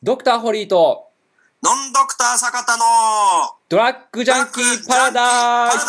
ドクターホリーとノンドクター坂田のドラッグジャンキーパラダイス。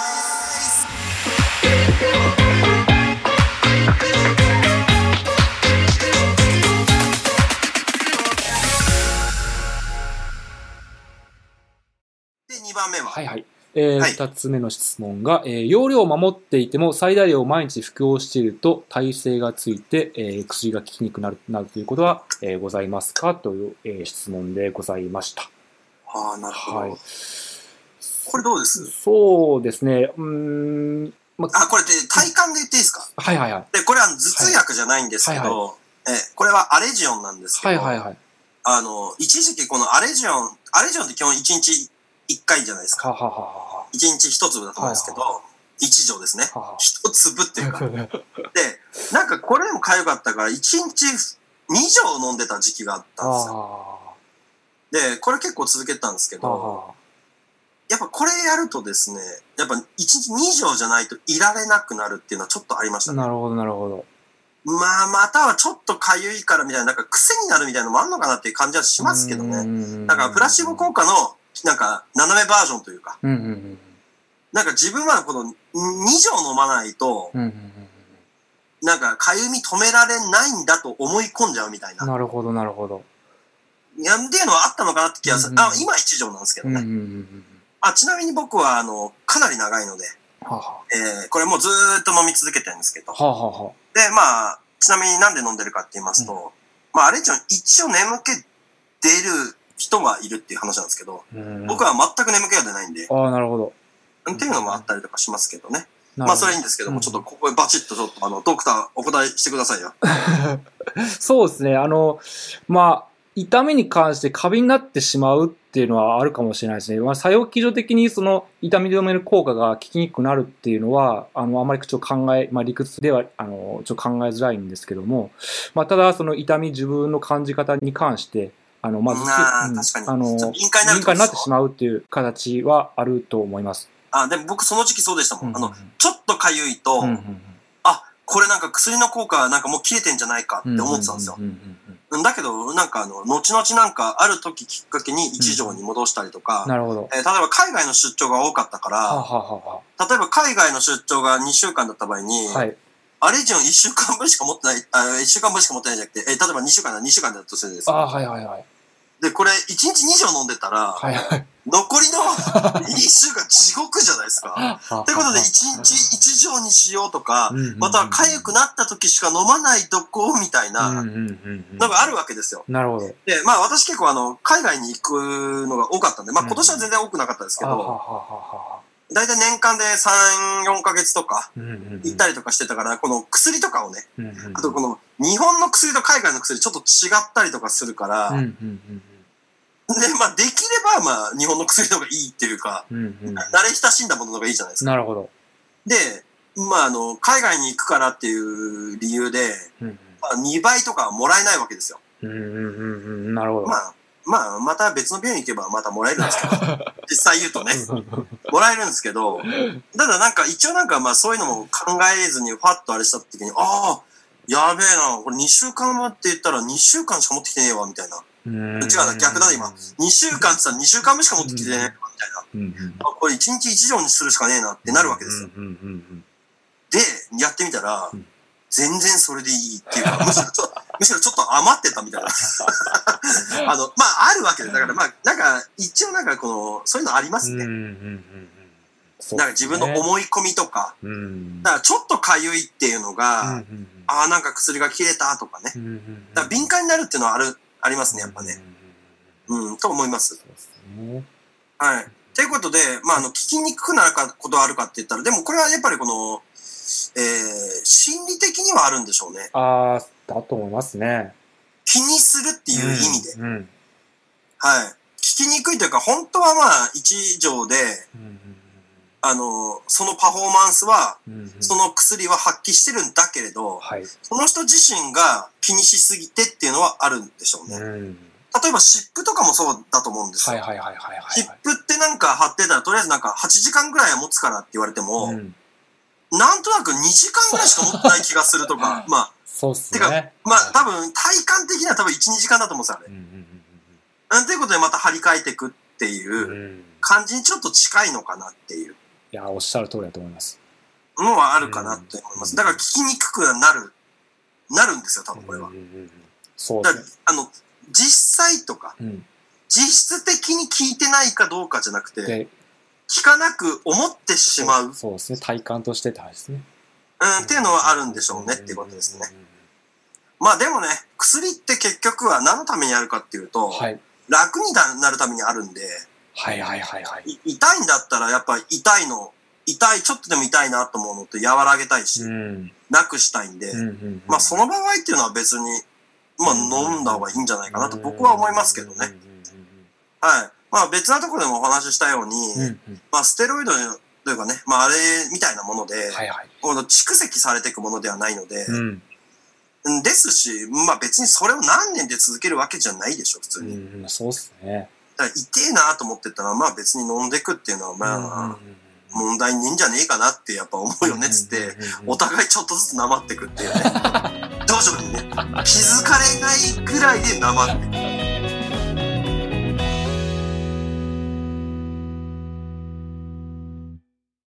で、2番目ははいはい。2つ目の質問が、用量を守っていても最大量を毎日服用していると耐性がついて、薬が効きにくくなるということは、ございますかという、質問でございました。 ああ、なるほど。 はい、 これどうです？ そうですね。 これで体感で言っていいですか？ はいはいはい。 で、これは頭痛薬じゃないんですけど、 はいはこれはアレジオンなんですけど、 はいはいはい。 一時期このアレジオンって基本1日1回じゃないですか。 はははは。 1日1粒だと思うんですけど、1錠ですね。1粒っていうか。で、なんかこれでも痒かったから1日2錠飲んでた時期があったんですよ。で、これ結構続けてたんですけど、やっぱこれやるとですね、やっぱ1日2錠じゃないといられなくなるっていうのはちょっとありましたね。 なるほどなるほど。 またはちょっとかゆいからみたいな、なんか癖になるみたいなのもあんのかなっていう感じはしますけどね。なんかプラシーボ効果のなんか斜めバージョンというか、なんか自分はこの2錠飲まないと、なんかかゆみ止められないんだと思い込んじゃうみたいな。 なるほどなるほど。 っていうのはあったのかなって気がする。今1錠なんですけどね。ちなみに僕はかなり長いので、これもうずーっと飲み続けてるんですけど、で、ちなみになんで飲んでるかって言いますと、アレンジは一応眠気出る人はいるっていう話なんですけど、僕は全く眠気が出ないんで、 なるほど。 っていうのもあったりとかしますけどね。それはいいんですけども、ちょっとここでバチッとちょっとドクターお答えしてくださいよ。 そうですね。痛みに関して過敏になってしまうっていうのはあるかもしれないですね。作用基準的にその痛み止めの効果が効きにくくなるっていうのは、あまり理屈では、ちょっと考えづらいんですけども、ただその痛み自分の感じ方に関して、敏感になってしまうっていう形はあると思います。 でも僕その時期そうでしたもん。ちょっとかゆいと、これなんか薬の効果なんかもう切れてんじゃないかって思ってたんですよ。だけど、なんか後々なんかある時きっかけに1錠に戻したりとか、例えば海外の出張が多かったから、例えば海外の出張が2週間だった場合に、アレジオン1週間分しか持ってない、1週間分しか持ってないんじゃなくて、例えば2週間だとするんですよ。で、これ1日2錠飲んでたら、残りの1週間地獄じゃないですか。ということで1日1錠にしようとか、または痒くなった時しか飲まないとこみたいなのがあるわけですよ。 なるほど。 で、私結構海外に行くのが多かったんで、今年は全然多くなかったですけど、だいたい年間で3、4ヶ月とか行ったりとかしてたから、この薬とかをね、あとこの日本の薬と海外の薬ちょっと違ったりとかするから、で、できれば、日本の薬の方がいいっていうか、慣れ親しんだものの方がいいじゃないですか。 なるほど。 で、海外に行くからっていう理由で、2倍とかもらえないわけですよ。 なるほど。 また別の病院行けばまたもらえるんですけど、実際言うとね、もらえるんですけど、ただなんか一応なんかそういうのも考えずにファッとあれした時に、やべえな、これ2週間待って言ったら2週間しか持ってきてねえわ、みたいな。違うな、逆だ今。2週間って言ったら2週間分しか持ってきてねえわ、みたいな。これ1日1錠にするしかねえなってなるわけですよ。で、やってみたら、全然それでいいっていうか、むしろちょっと余ってたみたいな。あるわけで、だからなんか、一応なんかそういうのありますね。なんか自分の思い込みとか、だからちょっとかゆいっていうのが、なんか薬が切れたとかね。だから敏感になるっていうのはありますね、やっぱね。と思います。はい。ということで、聞きにくくなることはあるかって言ったら、でもこれはやっぱり心理的にはあるんでしょうね。 だと思いますね。 気にするっていう意味で。はい。聞きにくいというか、本当は1錠で、そのパフォーマンスは、その薬は発揮してるんだけれど、その人自身が気にしすぎてっていうのはあるんでしょうね。例えば湿布とかもそうだと思うんですよ。湿布ってなんか貼ってたら、とりあえずなんか8時間ぐらいは持つからって言われても、なんとなく2時間ぐらいしか持ってない気がするとか、 そうっすね。 多分体感的には多分1、2時間だと思うんですよ、あれ。 ということでまた張り替えていくっていう感じにちょっと近いのかなっていう。 いや、おっしゃる通りだと思います。 のはあるかなって思います。だから聞きにくくなるんですよ、多分これは。 そうですね。 実際とか、実質的に聞いてないかどうかじゃなくて、聞かなく思ってしまう。 そうですね。体感としてって話ですね。 っていうのはあるんでしょうねっていうことですね。まあでもね、薬って結局は何のためにあるかっていうと、楽になるためにあるんで、痛いんだったらやっぱり痛い、ちょっとでも痛いなと思うのって和らげたいし、なくしたいんで、まあその場合っていうのは別に、まあ飲んだ方がいいんじゃないかなと僕は思いますけどね。はい。まあ別なところでもお話ししたように、まあステロイドというかね、まああれみたいなもので、蓄積されていくものではないので、ですし、まあ別にそれを何年で続けるわけじゃないでしょ、普通に。 そうっすね。 だから痛えなと思ってたら、まあ別に飲んでくっていうのは、まあ、問題ねえんじゃねえかなってやっぱ思うよねっつって、お互いちょっとずつなまってくっていうね。徐々にね、気づかれないぐらいでなまってく。